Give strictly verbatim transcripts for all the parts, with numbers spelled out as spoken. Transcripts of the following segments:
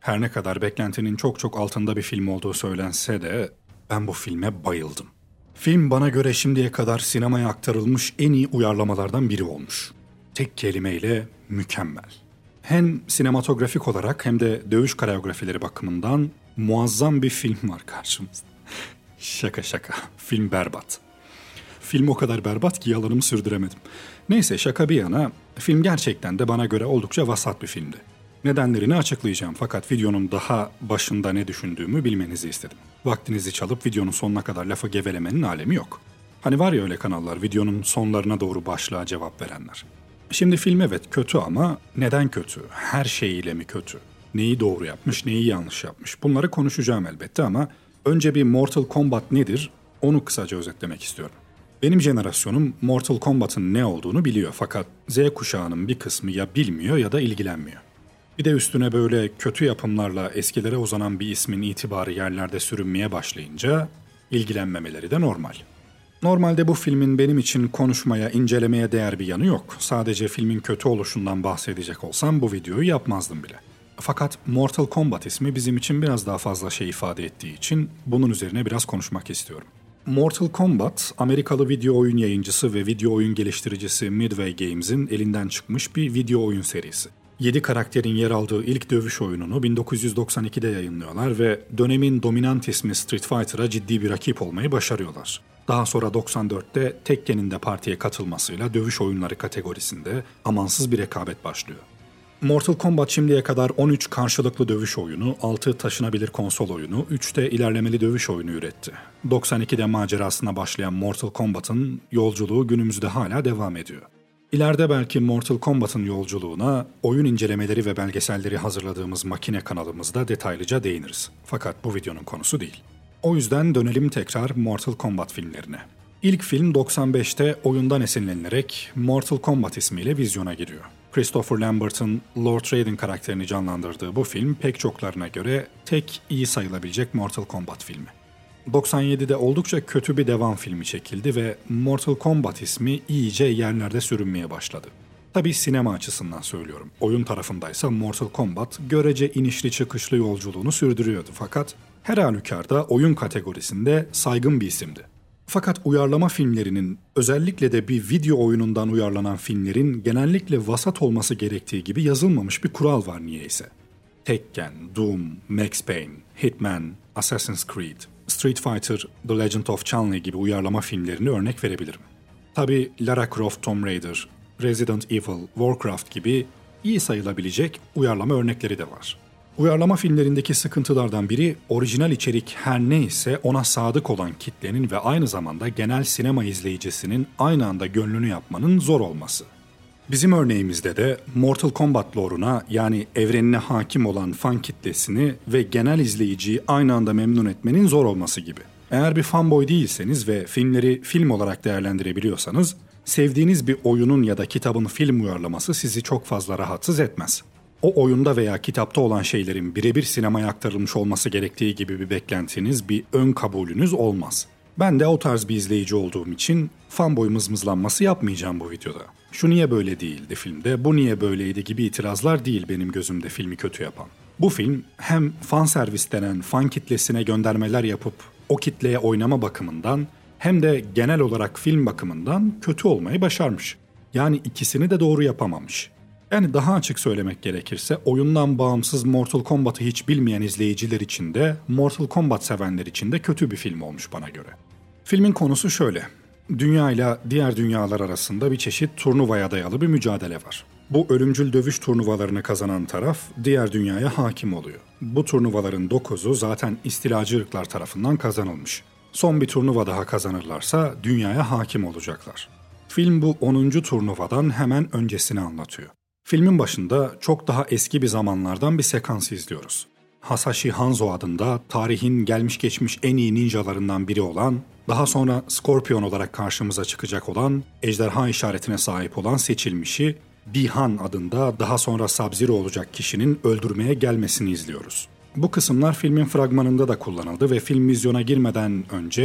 Her ne kadar beklentinin çok çok altında bir film olduğu söylense de ben bu filme bayıldım. Film bana göre şimdiye kadar sinemaya aktarılmış en iyi uyarlamalardan biri olmuş. Tek kelimeyle mükemmel. Hem sinematografik olarak hem de dövüş koreografileri bakımından muazzam bir film var karşımızda. Şaka şaka, film berbat. Film o kadar berbat ki yalanımı sürdüremedim. Neyse şaka bir yana, film gerçekten de bana göre oldukça vasat bir filmdi. Nedenlerini açıklayacağım fakat videonun daha başında ne düşündüğümü bilmenizi istedim. Vaktinizi çalıp videonun sonuna kadar lafı gevelemenin alemi yok. Hani var ya öyle kanallar, videonun sonlarına doğru başlığa cevap verenler. Şimdi film evet kötü ama neden kötü? Her şeyiyle mi kötü? Neyi doğru yapmış, neyi yanlış yapmış? Bunları konuşacağım elbette ama önce bir Mortal Kombat nedir? Onu kısaca özetlemek istiyorum. Benim jenerasyonum Mortal Kombat'ın ne olduğunu biliyor fakat Z kuşağının bir kısmı ya bilmiyor ya da ilgilenmiyor. Bir de üstüne böyle kötü yapımlarla eskilere uzanan bir ismin itibarı yerlerde sürünmeye başlayınca ilgilenmemeleri de normal. Normalde bu filmin benim için konuşmaya, incelemeye değer bir yanı yok. Sadece filmin kötü oluşundan bahsedecek olsam bu videoyu yapmazdım bile. Fakat Mortal Kombat ismi bizim için biraz daha fazla şey ifade ettiği için bunun üzerine biraz konuşmak istiyorum. Mortal Kombat, Amerikalı video oyun yayıncısı ve video oyun geliştiricisi Midway Games'in elinden çıkmış bir video oyun serisi. yedi karakterin yer aldığı ilk dövüş oyununu bin dokuz yüz doksan ikide yayınlıyorlar ve dönemin dominant ismi Street Fighter'a ciddi bir rakip olmayı başarıyorlar. Daha sonra doksan dörtte Tekken'in de partiye katılmasıyla dövüş oyunları kategorisinde amansız bir rekabet başlıyor. Mortal Kombat şimdiye kadar on üç karşılıklı dövüş oyunu, altı taşınabilir konsol oyunu, üç de ilerlemeli dövüş oyunu üretti. doksan ikide macerasına başlayan Mortal Kombat'ın yolculuğu günümüzde hala devam ediyor. İleride belki Mortal Kombat'ın yolculuğuna oyun incelemeleri ve belgeselleri hazırladığımız Makine kanalımızda detaylıca değiniriz. Fakat bu videonun konusu değil. O yüzden dönelim tekrar Mortal Kombat filmlerine. İlk film doksan beşte oyundan esinlenilerek Mortal Kombat ismiyle vizyona giriyor. Christopher Lambert'ın Lord Raiden karakterini canlandırdığı bu film pek çoklarına göre tek iyi sayılabilecek Mortal Kombat filmi. doksan yedide oldukça kötü bir devam filmi çekildi ve Mortal Kombat ismi iyice yerlerde sürünmeye başladı. Tabii sinema açısından söylüyorum. Oyun tarafındaysa Mortal Kombat görece inişli çıkışlı yolculuğunu sürdürüyordu fakat her halükarda oyun kategorisinde saygın bir isimdi. Fakat uyarlama filmlerinin, özellikle de bir video oyunundan uyarlanan filmlerin genellikle vasat olması gerektiği gibi yazılmamış bir kural var niyeyse. Tekken, Doom, Max Payne, Hitman, Assassin's Creed, Street Fighter, The Legend of Chun-Li gibi uyarlama filmlerini örnek verebilirim. Tabii Lara Croft, Tomb Raider, Resident Evil, Warcraft gibi iyi sayılabilecek uyarlama örnekleri de var. Uyarlama filmlerindeki sıkıntılardan biri orijinal içerik her neyse ona sadık olan kitlenin ve aynı zamanda genel sinema izleyicisinin aynı anda gönlünü yapmanın zor olması. Bizim örneğimizde de Mortal Kombat lore'una yani evrenine hakim olan fan kitlesini ve genel izleyiciyi aynı anda memnun etmenin zor olması gibi. Eğer bir fanboy değilseniz ve filmleri film olarak değerlendirebiliyorsanız, sevdiğiniz bir oyunun ya da kitabın film uyarlaması sizi çok fazla rahatsız etmez. O oyunda veya kitapta olan şeylerin birebir sinemaya aktarılmış olması gerektiği gibi bir beklentiniz, bir ön kabulünüz olmaz. Ben de o tarz bir izleyici olduğum için fanboy mızmızlanması yapmayacağım bu videoda. Şu niye böyle değildi filmde, bu niye böyleydi gibi itirazlar değil benim gözümde filmi kötü yapan. Bu film hem fanservis denen fan kitlesine göndermeler yapıp o kitleye oynama bakımından hem de genel olarak film bakımından kötü olmayı başarmış. Yani ikisini de doğru yapamamış. Yani daha açık söylemek gerekirse oyundan bağımsız Mortal Kombat'ı hiç bilmeyen izleyiciler için de Mortal Kombat sevenler için de kötü bir film olmuş bana göre. Filmin konusu şöyle. Dünya ile diğer dünyalar arasında bir çeşit turnuvaya dayalı bir mücadele var. Bu ölümcül dövüş turnuvalarını kazanan taraf diğer dünyaya hakim oluyor. Bu turnuvaların dokuzu zaten istilacı ırklar tarafından kazanılmış. Son bir turnuva daha kazanırlarsa dünyaya hakim olacaklar. Film bu onuncu turnuvadan hemen öncesini anlatıyor. Filmin başında çok daha eski bir zamanlardan bir sekans izliyoruz. Hasashi Hanzo adında tarihin gelmiş geçmiş en iyi ninjalarından biri olan, daha sonra Scorpion olarak karşımıza çıkacak olan, ejderha işaretine sahip olan seçilmişi, Bi-Han adında daha sonra Sub-Zero olacak kişinin öldürmeye gelmesini izliyoruz. Bu kısımlar filmin fragmanında da kullanıldı ve film vizyona girmeden önce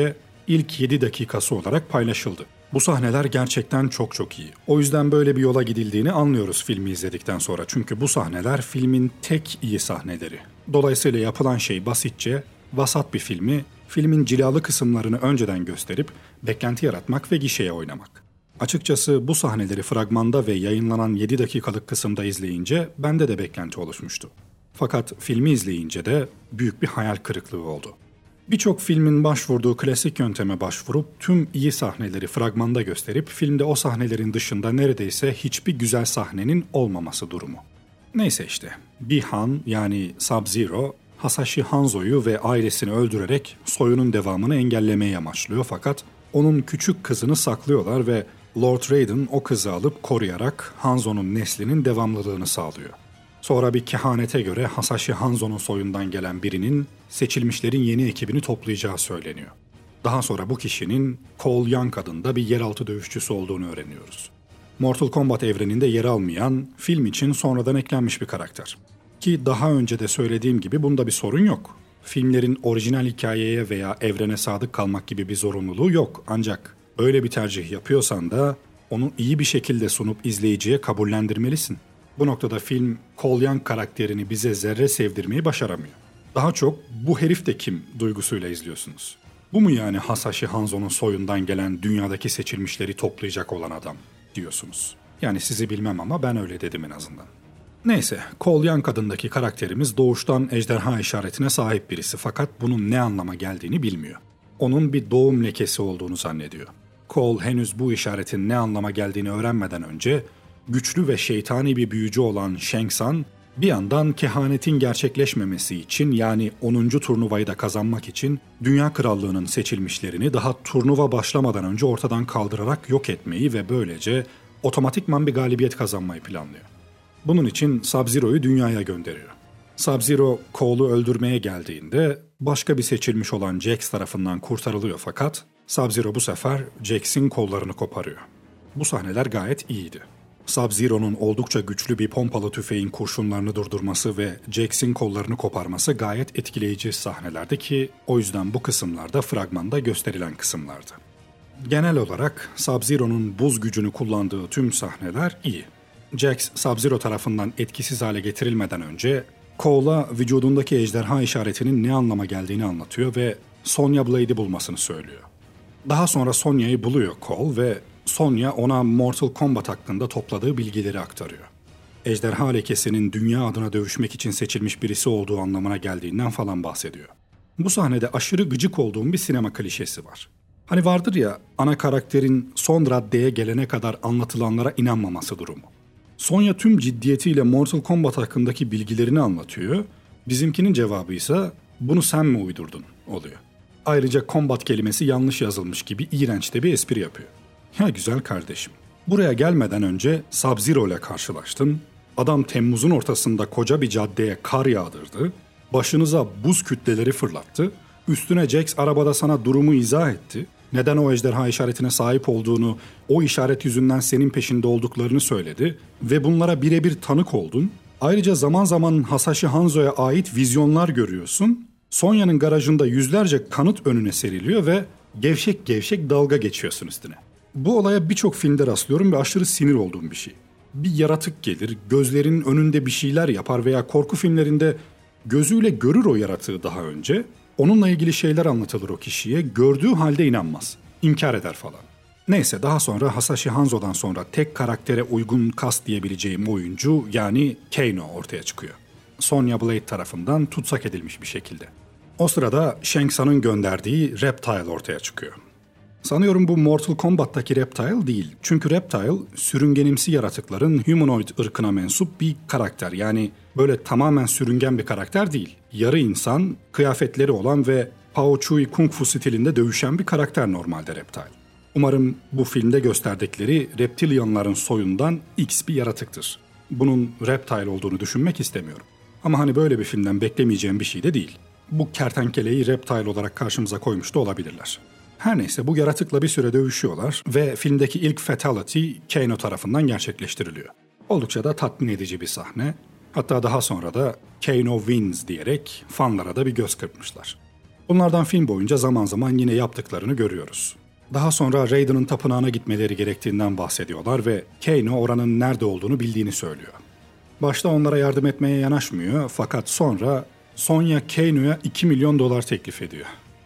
ilk yedi dakikası olarak paylaşıldı. Bu sahneler gerçekten çok çok iyi. O yüzden böyle bir yola gidildiğini anlıyoruz filmi izledikten sonra. Çünkü bu sahneler filmin tek iyi sahneleri. Dolayısıyla yapılan şey basitçe, vasat bir filmi, filmin cilalı kısımlarını önceden gösterip beklenti yaratmak ve gişeye oynamak. Açıkçası bu sahneleri fragmanda ve yayınlanan yedi dakikalık kısımda izleyince bende de beklenti oluşmuştu. Fakat filmi izleyince de büyük bir hayal kırıklığı oldu. Birçok filmin başvurduğu klasik yönteme başvurup tüm iyi sahneleri fragmanda gösterip filmde o sahnelerin dışında neredeyse hiçbir güzel sahnenin olmaması durumu. Neyse işte, Bi-Han yani Sub-Zero, Hasashi Hanzo'yu ve ailesini öldürerek soyunun devamını engellemeyi amaçlıyor fakat onun küçük kızını saklıyorlar ve Lord Raiden o kızı alıp koruyarak Hanzo'nun neslinin devamlılığını sağlıyor. Sonra bir kehanete göre Hasashi Hanzo'nun soyundan gelen birinin seçilmişlerin yeni ekibini toplayacağı söyleniyor. Daha sonra bu kişinin Cole Young adında bir yeraltı dövüşçüsü olduğunu öğreniyoruz. Mortal Kombat evreninde yer almayan, film için sonradan eklenmiş bir karakter. Ki daha önce de söylediğim gibi bunda bir sorun yok. Filmlerin orijinal hikayeye veya evrene sadık kalmak gibi bir zorunluluğu yok. Ancak öyle bir tercih yapıyorsan da onu iyi bir şekilde sunup izleyiciye kabullendirmelisin. Bu noktada film Cole Young karakterini bize zerre sevdirmeyi başaramıyor. Daha çok bu herif de kim duygusuyla izliyorsunuz. Bu mu yani Hasashi Hanzo'nun soyundan gelen dünyadaki seçilmişleri toplayacak olan adam diyorsunuz. Yani sizi bilmem ama ben öyle dedim en azından. Neyse, Cole Young adındaki karakterimiz doğuştan ejderha işaretine sahip birisi fakat bunun ne anlama geldiğini bilmiyor. Onun bir doğum lekesi olduğunu zannediyor. Cole henüz bu işaretin ne anlama geldiğini öğrenmeden önce güçlü ve şeytani bir büyücü olan Shang Tsung bir yandan kehanetin gerçekleşmemesi için yani onuncu turnuvayı da kazanmak için Dünya Krallığı'nın seçilmişlerini daha turnuva başlamadan önce ortadan kaldırarak yok etmeyi ve böylece otomatikman bir galibiyet kazanmayı planlıyor. Bunun için Sub-Zero'yu dünyaya gönderiyor. Sub-Zero Cole'u öldürmeye geldiğinde başka bir seçilmiş olan Jax tarafından kurtarılıyor fakat Sub-Zero bu sefer Jax'in kollarını koparıyor. Bu sahneler gayet iyiydi. Sub-Zero'nun oldukça güçlü bir pompalı tüfeğin kurşunlarını durdurması ve Jax'in kollarını koparması gayet etkileyici sahnelerdi ki o yüzden bu kısımlarda fragmanda gösterilen kısımlardı. Genel olarak Sub-Zero'nun buz gücünü kullandığı tüm sahneler iyi. Jax, Sub-Zero tarafından etkisiz hale getirilmeden önce Cole'a vücudundaki ejderha işaretinin ne anlama geldiğini anlatıyor ve Sonya Blade'i bulmasını söylüyor. Daha sonra Sonya'yı buluyor Cole ve Sonya ona Mortal Kombat hakkında topladığı bilgileri aktarıyor. Ejderha lekesinin dünya adına dövüşmek için seçilmiş birisi olduğu anlamına geldiğinden falan bahsediyor. Bu sahnede aşırı gıcık olduğum bir sinema klişesi var. Hani vardır ya, ana karakterin son raddeye gelene kadar anlatılanlara inanmaması durumu. Sonya tüm ciddiyetiyle Mortal Kombat hakkındaki bilgilerini anlatıyor. Bizimkinin cevabı ise bunu sen mi uydurdun oluyor. Ayrıca combat kelimesi yanlış yazılmış gibi iğrenç de bir espri yapıyor. Ya güzel kardeşim, buraya gelmeden önce Sub-Zero ile karşılaştın. Adam Temmuz'un ortasında koca bir caddeye kar yağdırdı. Başınıza buz kütleleri fırlattı. Üstüne Jax arabada sana durumu izah etti. Neden o ejderha işaretine sahip olduğunu, o işaret yüzünden senin peşinde olduklarını söyledi. Ve bunlara birebir tanık oldun. Ayrıca zaman zaman Hasashi Hanzo'ya ait vizyonlar görüyorsun. Sonya'nın garajında yüzlerce kanıt önüne seriliyor ve gevşek gevşek dalga geçiyorsun üstüne. Bu olaya birçok filmde rastlıyorum ve aşırı sinir olduğum bir şey. Bir yaratık gelir, gözlerinin önünde bir şeyler yapar veya korku filmlerinde gözüyle görür o yaratığı daha önce. Onunla ilgili şeyler anlatılır o kişiye, gördüğü halde inanmaz, inkar eder falan. Neyse, daha sonra Hasashi Hanzo'dan sonra tek karaktere uygun kast diyebileceğim oyuncu yani Kano ortaya çıkıyor. Sonya Blade tarafından tutsak edilmiş bir şekilde. O sırada Shang Tsung'un gönderdiği Reptile ortaya çıkıyor. Sanıyorum bu Mortal Kombat'taki Reptile değil. Çünkü Reptile sürüngenimsi yaratıkların humanoid ırkına mensup bir karakter. Yani böyle tamamen sürüngen bir karakter değil. Yarı insan, kıyafetleri olan ve Pao Chui Kung Fu stilinde dövüşen bir karakter normalde Reptile. Umarım bu filmde gösterdikleri reptilyanların soyundan X bir yaratıktır. Bunun Reptile olduğunu düşünmek istemiyorum. Ama hani böyle bir filmden beklemeyeceğim bir şey de değil. Bu kertenkeleyi Reptile olarak karşımıza koymuş da olabilirler. Her neyse, bu yaratıkla bir süre dövüşüyorlar ve filmdeki ilk fatality Kano tarafından gerçekleştiriliyor. Oldukça da tatmin edici bir sahne. Hatta daha sonra da Kano wins diyerek fanlara da bir göz kırpmışlar. Bunlardan film boyunca zaman zaman yine yaptıklarını görüyoruz. Daha sonra Raiden'ın tapınağına gitmeleri gerektiğinden bahsediyorlar ve Kano oranın nerede olduğunu bildiğini söylüyor. Başta onlara yardım etmeye yanaşmıyor fakat sonra Sonya Kano'ya iki milyon dolar teklif ediyor.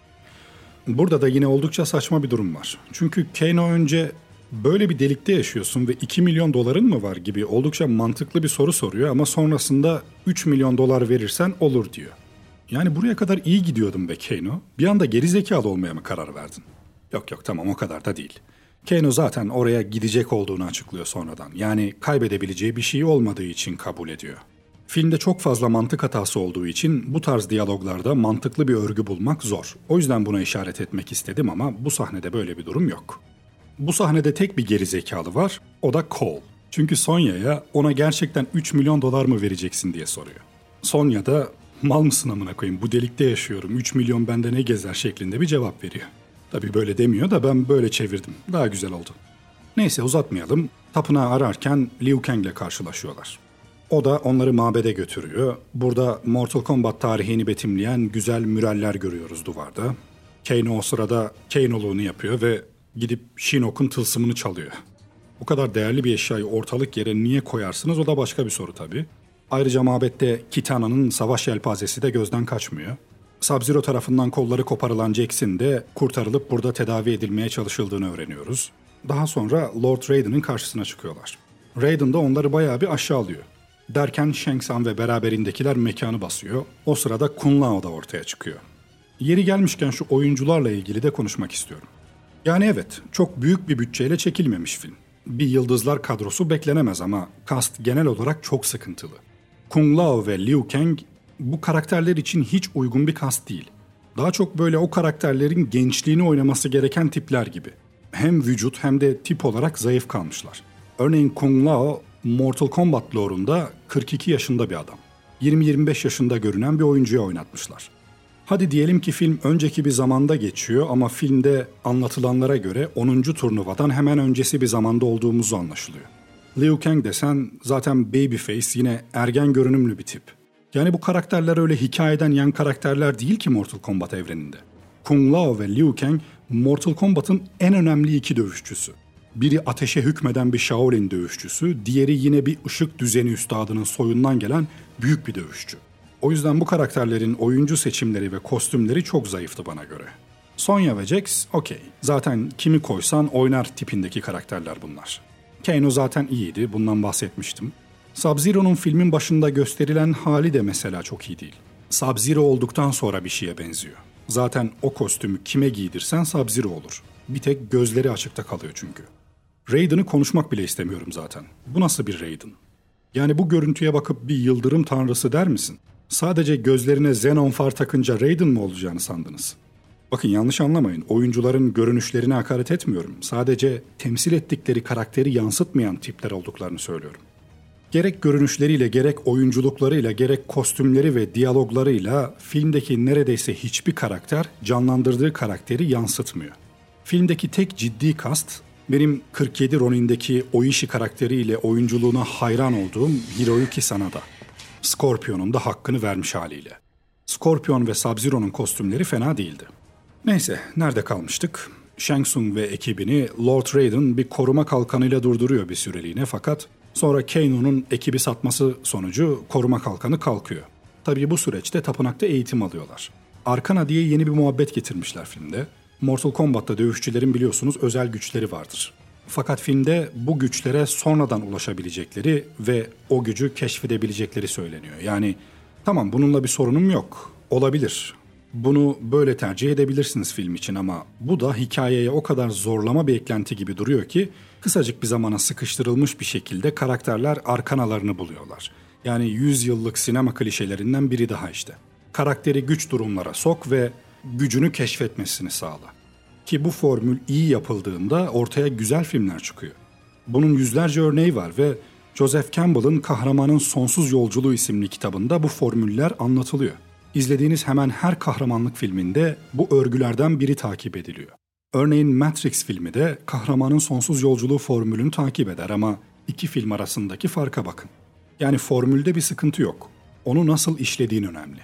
Burada da yine oldukça saçma bir durum var. Çünkü Kano önce böyle bir delikte yaşıyorsun ve iki milyon doların mı var gibi oldukça mantıklı bir soru soruyor ama sonrasında üç milyon dolar verirsen olur diyor. Yani buraya kadar iyi gidiyordum be Kano. Bir anda geri zekalı olmaya mı karar verdin? Yok yok tamam o kadar da değil. Kano zaten oraya gidecek olduğunu açıklıyor sonradan. Yani kaybedebileceği bir şey olmadığı için kabul ediyor. Filmde çok fazla mantık hatası olduğu için bu tarz diyaloglarda mantıklı bir örgü bulmak zor. O yüzden buna işaret etmek istedim ama bu sahnede böyle bir durum yok. Bu sahnede tek bir gerizekalı var, o da Cole. Çünkü Sonya'ya ona gerçekten üç milyon dolar mı vereceksin diye soruyor. Sonya da mal mısın amına koyayım bu delikte yaşıyorum üç milyon bende ne gezer şeklinde bir cevap veriyor. Tabii böyle demiyor da ben böyle çevirdim. Daha güzel oldu. Neyse uzatmayalım. Tapınağı ararken Liu Kang'le karşılaşıyorlar. O da onları mabede götürüyor. Burada Mortal Kombat tarihini betimleyen güzel müreller görüyoruz duvarda. Kano o sırada Kano'luğunu yapıyor ve gidip Shinnok'un tılsımını çalıyor. Bu kadar değerli bir eşyayı ortalık yere niye koyarsınız o da başka bir soru tabii. Ayrıca mabette Kitana'nın savaş yelpazesi de gözden kaçmıyor. Sub-Zero tarafından kolları koparılan Jax'in de kurtarılıp burada tedavi edilmeye çalışıldığını öğreniyoruz. Daha sonra Lord Raiden'ın karşısına çıkıyorlar. Raiden de onları bayağı bir aşağılıyor. Derken Shang Tsung ve beraberindekiler mekanı basıyor. O sırada Kung Lao da ortaya çıkıyor. Yeri gelmişken şu oyuncularla ilgili de konuşmak istiyorum. Yani evet, çok büyük bir bütçeyle çekilmemiş film. Bir yıldızlar kadrosu beklenemez ama cast genel olarak çok sıkıntılı. Kung Lao ve Liu Kang bu karakterler için hiç uygun bir cast değil. Daha çok böyle o karakterlerin gençliğini oynaması gereken tipler gibi. Hem vücut hem de tip olarak zayıf kalmışlar. Örneğin Kung Lao, Mortal Kombat lore'unda kırk iki yaşında bir adam. yirmi yirmi beş yaşında görünen bir oyuncuya oynatmışlar. Hadi diyelim ki film önceki bir zamanda geçiyor ama filmde anlatılanlara göre onuncu turnuvadan hemen öncesi bir zamanda olduğumuzu anlaşılıyor. Liu Kang desen zaten babyface yine ergen görünümlü bir tip. Yani bu karakterler öyle hikayeden yan karakterler değil ki Mortal Kombat evreninde. Kung Lao ve Liu Kang Mortal Kombat'ın en önemli iki dövüşçüsü. Biri ateşe hükmeden bir Shaolin dövüşçüsü, diğeri yine bir ışık düzeni üstadının soyundan gelen büyük bir dövüşçü. O yüzden bu karakterlerin oyuncu seçimleri ve kostümleri çok zayıftı bana göre. Sonya ve Jax okey. Zaten kimi koysan oynar tipindeki karakterler bunlar. Kano zaten iyiydi, bundan bahsetmiştim. Sub-Zero'nun filmin başında gösterilen hali de mesela çok iyi değil. Sub-Zero olduktan sonra bir şeye benziyor. Zaten o kostümü kime giydirsen Sub-Zero olur. Bir tek gözleri açıkta kalıyor çünkü. Raiden'ı konuşmak bile istemiyorum zaten. Bu nasıl bir Raiden? Yani bu görüntüye bakıp bir yıldırım tanrısı der misin? Sadece gözlerine Xenon far takınca Raiden mi olacağını sandınız? Bakın yanlış anlamayın, oyuncuların görünüşlerine hakaret etmiyorum. Sadece temsil ettikleri karakteri yansıtmayan tipler olduklarını söylüyorum. Gerek görünüşleriyle, gerek oyunculuklarıyla, gerek kostümleri ve diyaloglarıyla filmdeki neredeyse hiçbir karakter canlandırdığı karakteri yansıtmıyor. Filmdeki tek ciddi kast, benim kırk yedi Ronin'deki Oishi karakteriyle oyunculuğuna hayran olduğum Hiroyuki Sanada. Scorpion'un da hakkını vermiş haliyle. Scorpion ve Sub-Zero'nun kostümleri fena değildi. Neyse, nerede kalmıştık? Shang Tsung ve ekibini Lord Raiden bir koruma kalkanıyla durduruyor bir süreliğine fakat sonra Kano'nun ekibi satması sonucu koruma kalkanı kalkıyor. Tabii bu süreçte tapınakta eğitim alıyorlar. Arkana diye yeni bir muhabbet getirmişler filmde. Mortal Kombat'ta dövüşçülerin biliyorsunuz özel güçleri vardır. Fakat filmde bu güçlere sonradan ulaşabilecekleri ve o gücü keşfedebilecekleri söyleniyor. Yani tamam bununla bir sorunum yok. Olabilir. Bunu böyle tercih edebilirsiniz film için ama bu da hikayeye o kadar zorlama bir eklenti gibi duruyor ki kısacık bir zamana sıkıştırılmış bir şekilde karakterler arkanalarını buluyorlar. Yani yüz yıllık sinema klişelerinden biri daha işte. Karakteri güç durumlara sok ve gücünü keşfetmesini sağla. Ki bu formül iyi yapıldığında ortaya güzel filmler çıkıyor. Bunun yüzlerce örneği var ve Joseph Campbell'ın Kahramanın Sonsuz Yolculuğu isimli kitabında bu formüller anlatılıyor. İzlediğiniz hemen her kahramanlık filminde bu örgülerden biri takip ediliyor. Örneğin Matrix filmi de kahramanın sonsuz yolculuğu formülünü takip eder ama iki film arasındaki farka bakın. Yani formülde bir sıkıntı yok. Onu nasıl işlediğin önemli.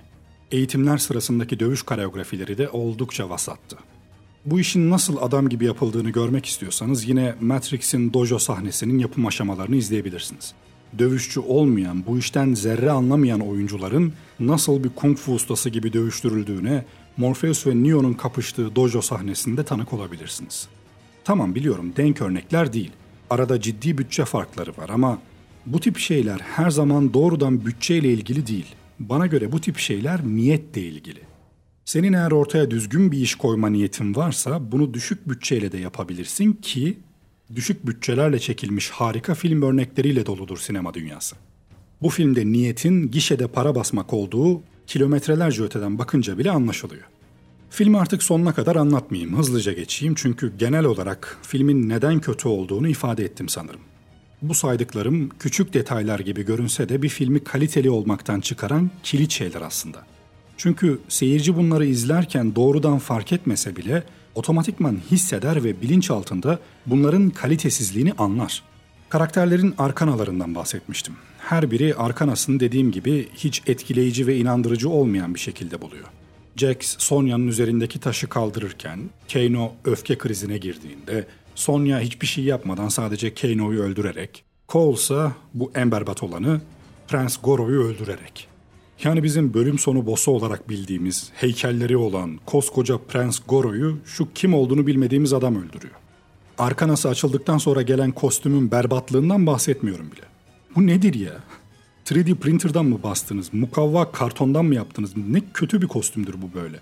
Eğitimler sırasındaki dövüş koreografileri de oldukça vasattı. Bu işin nasıl adam gibi yapıldığını görmek istiyorsanız yine Matrix'in dojo sahnesinin yapım aşamalarını izleyebilirsiniz. Dövüşçü olmayan, bu işten zerre anlamayan oyuncuların nasıl bir kung fu ustası gibi dövüştürüldüğüne Morpheus ve Neo'nun kapıştığı dojo sahnesinde tanık olabilirsiniz. Tamam, biliyorum, denk örnekler değil. Arada ciddi bütçe farkları var ama bu tip şeyler her zaman doğrudan bütçeyle ilgili değil. Bana göre bu tip şeyler niyetle ilgili. Senin eğer ortaya düzgün bir iş koyma niyetin varsa bunu düşük bütçeyle de yapabilirsin ki düşük bütçelerle çekilmiş harika film örnekleriyle doludur sinema dünyası. Bu filmde niyetin gişede para basmak olduğu kilometrelerce öteden bakınca bile anlaşılıyor. Filmi artık sonuna kadar anlatmayayım, hızlıca geçeyim çünkü genel olarak filmin neden kötü olduğunu ifade ettim sanırım. Bu saydıklarım küçük detaylar gibi görünse de bir filmi kaliteli olmaktan çıkaran kilit şeyler aslında. Çünkü seyirci bunları izlerken doğrudan fark etmese bile otomatikman hisseder ve bilinçaltında bunların kalitesizliğini anlar. Karakterlerin arkanalarından bahsetmiştim. Her biri arkanasını dediğim gibi hiç etkileyici ve inandırıcı olmayan bir şekilde buluyor. Jax, Sonya'nın üzerindeki taşı kaldırırken, Kano öfke krizine girdiğinde, Sonya hiçbir şey yapmadan sadece Kano'yu öldürerek, Cole ise bu en berbat olanı Prens Goro'yu öldürerek. Yani bizim bölüm sonu boss'u olarak bildiğimiz, heykelleri olan koskoca Prens Goro'yu şu kim olduğunu bilmediğimiz adam öldürüyor. Arkanası açıldıktan sonra gelen kostümün berbatlığından bahsetmiyorum bile. Bu nedir ya? üç D printer'dan mı bastınız? Mukavva kartondan mı yaptınız? Ne kötü bir kostümdür bu böyle.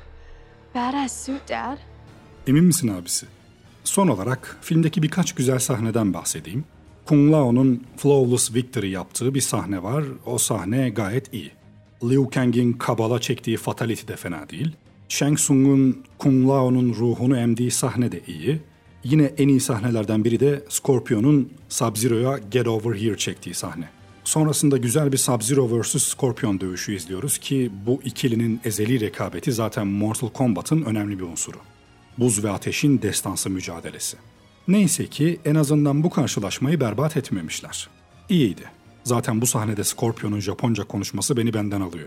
Badass suit, Dad. Emin misin abisi? Son olarak filmdeki birkaç güzel sahneden bahsedeyim. Kung Lao'nun Flawless Victory yaptığı bir sahne var. O sahne gayet iyi. Liu Kang'in kabala çektiği fatality de fena değil. Shang Tsung'un Kung Lao'nun ruhunu emdiği sahne de iyi. Yine en iyi sahnelerden biri de Scorpion'un Sub-Zero'ya Get Over Here çektiği sahne. Sonrasında güzel bir Sub-Zero versus. Scorpion dövüşü izliyoruz ki bu ikilinin ezeli rekabeti zaten Mortal Kombat'ın önemli bir unsuru. Buz ve ateşin destansı mücadelesi. Neyse ki en azından bu karşılaşmayı berbat etmemişler. İyiydi. Zaten bu sahnede Scorpion'un Japonca konuşması beni benden alıyor.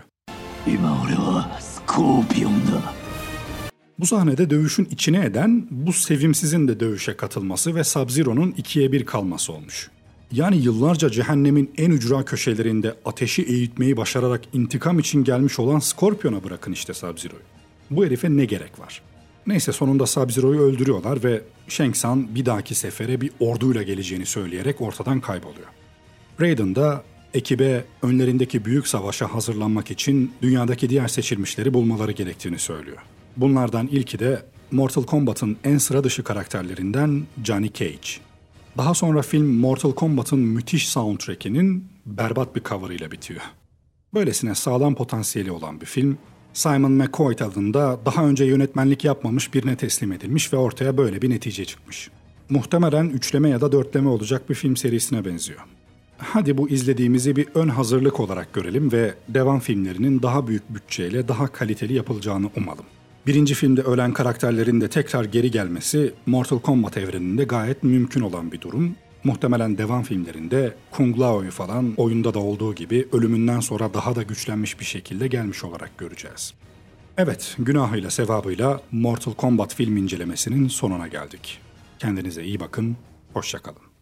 Bu sahnede dövüşün içine eden bu sevimsizin de dövüşe katılması ve Sub-Zero'nun ikiye bir kalması olmuş. Yani yıllarca cehennemin en ücra köşelerinde ateşi eğitmeyi başararak intikam için gelmiş olan Scorpion'a bırakın işte Sub-Zero'yu. Bu herife ne gerek var? Neyse sonunda Sub-Zero'yu öldürüyorlar ve Shang Tsung bir dahaki sefere bir orduyla geleceğini söyleyerek ortadan kayboluyor. Raiden da ekibe önlerindeki büyük savaşa hazırlanmak için dünyadaki diğer seçilmişleri bulmaları gerektiğini söylüyor. Bunlardan ilki de Mortal Kombat'ın en sıra dışı karakterlerinden Johnny Cage. Daha sonra film Mortal Kombat'ın müthiş soundtrack'inin berbat bir cover'ıyla bitiyor. Böylesine sağlam potansiyeli olan bir film, Simon McCoy adında daha önce yönetmenlik yapmamış birine teslim edilmiş ve ortaya böyle bir netice çıkmış. Muhtemelen üçleme ya da dörtleme olacak bir film serisine benziyor. Hadi bu izlediğimizi bir ön hazırlık olarak görelim ve devam filmlerinin daha büyük bütçeyle daha kaliteli yapılacağını umalım. Birinci filmde ölen karakterlerin de tekrar geri gelmesi Mortal Kombat evreninde gayet mümkün olan bir durum. Muhtemelen devam filmlerinde Kung Lao'yu falan oyunda da olduğu gibi ölümünden sonra daha da güçlenmiş bir şekilde gelmiş olarak göreceğiz. Evet, günahıyla sevabıyla Mortal Kombat film incelemesinin sonuna geldik. Kendinize iyi bakın, hoşça kalın.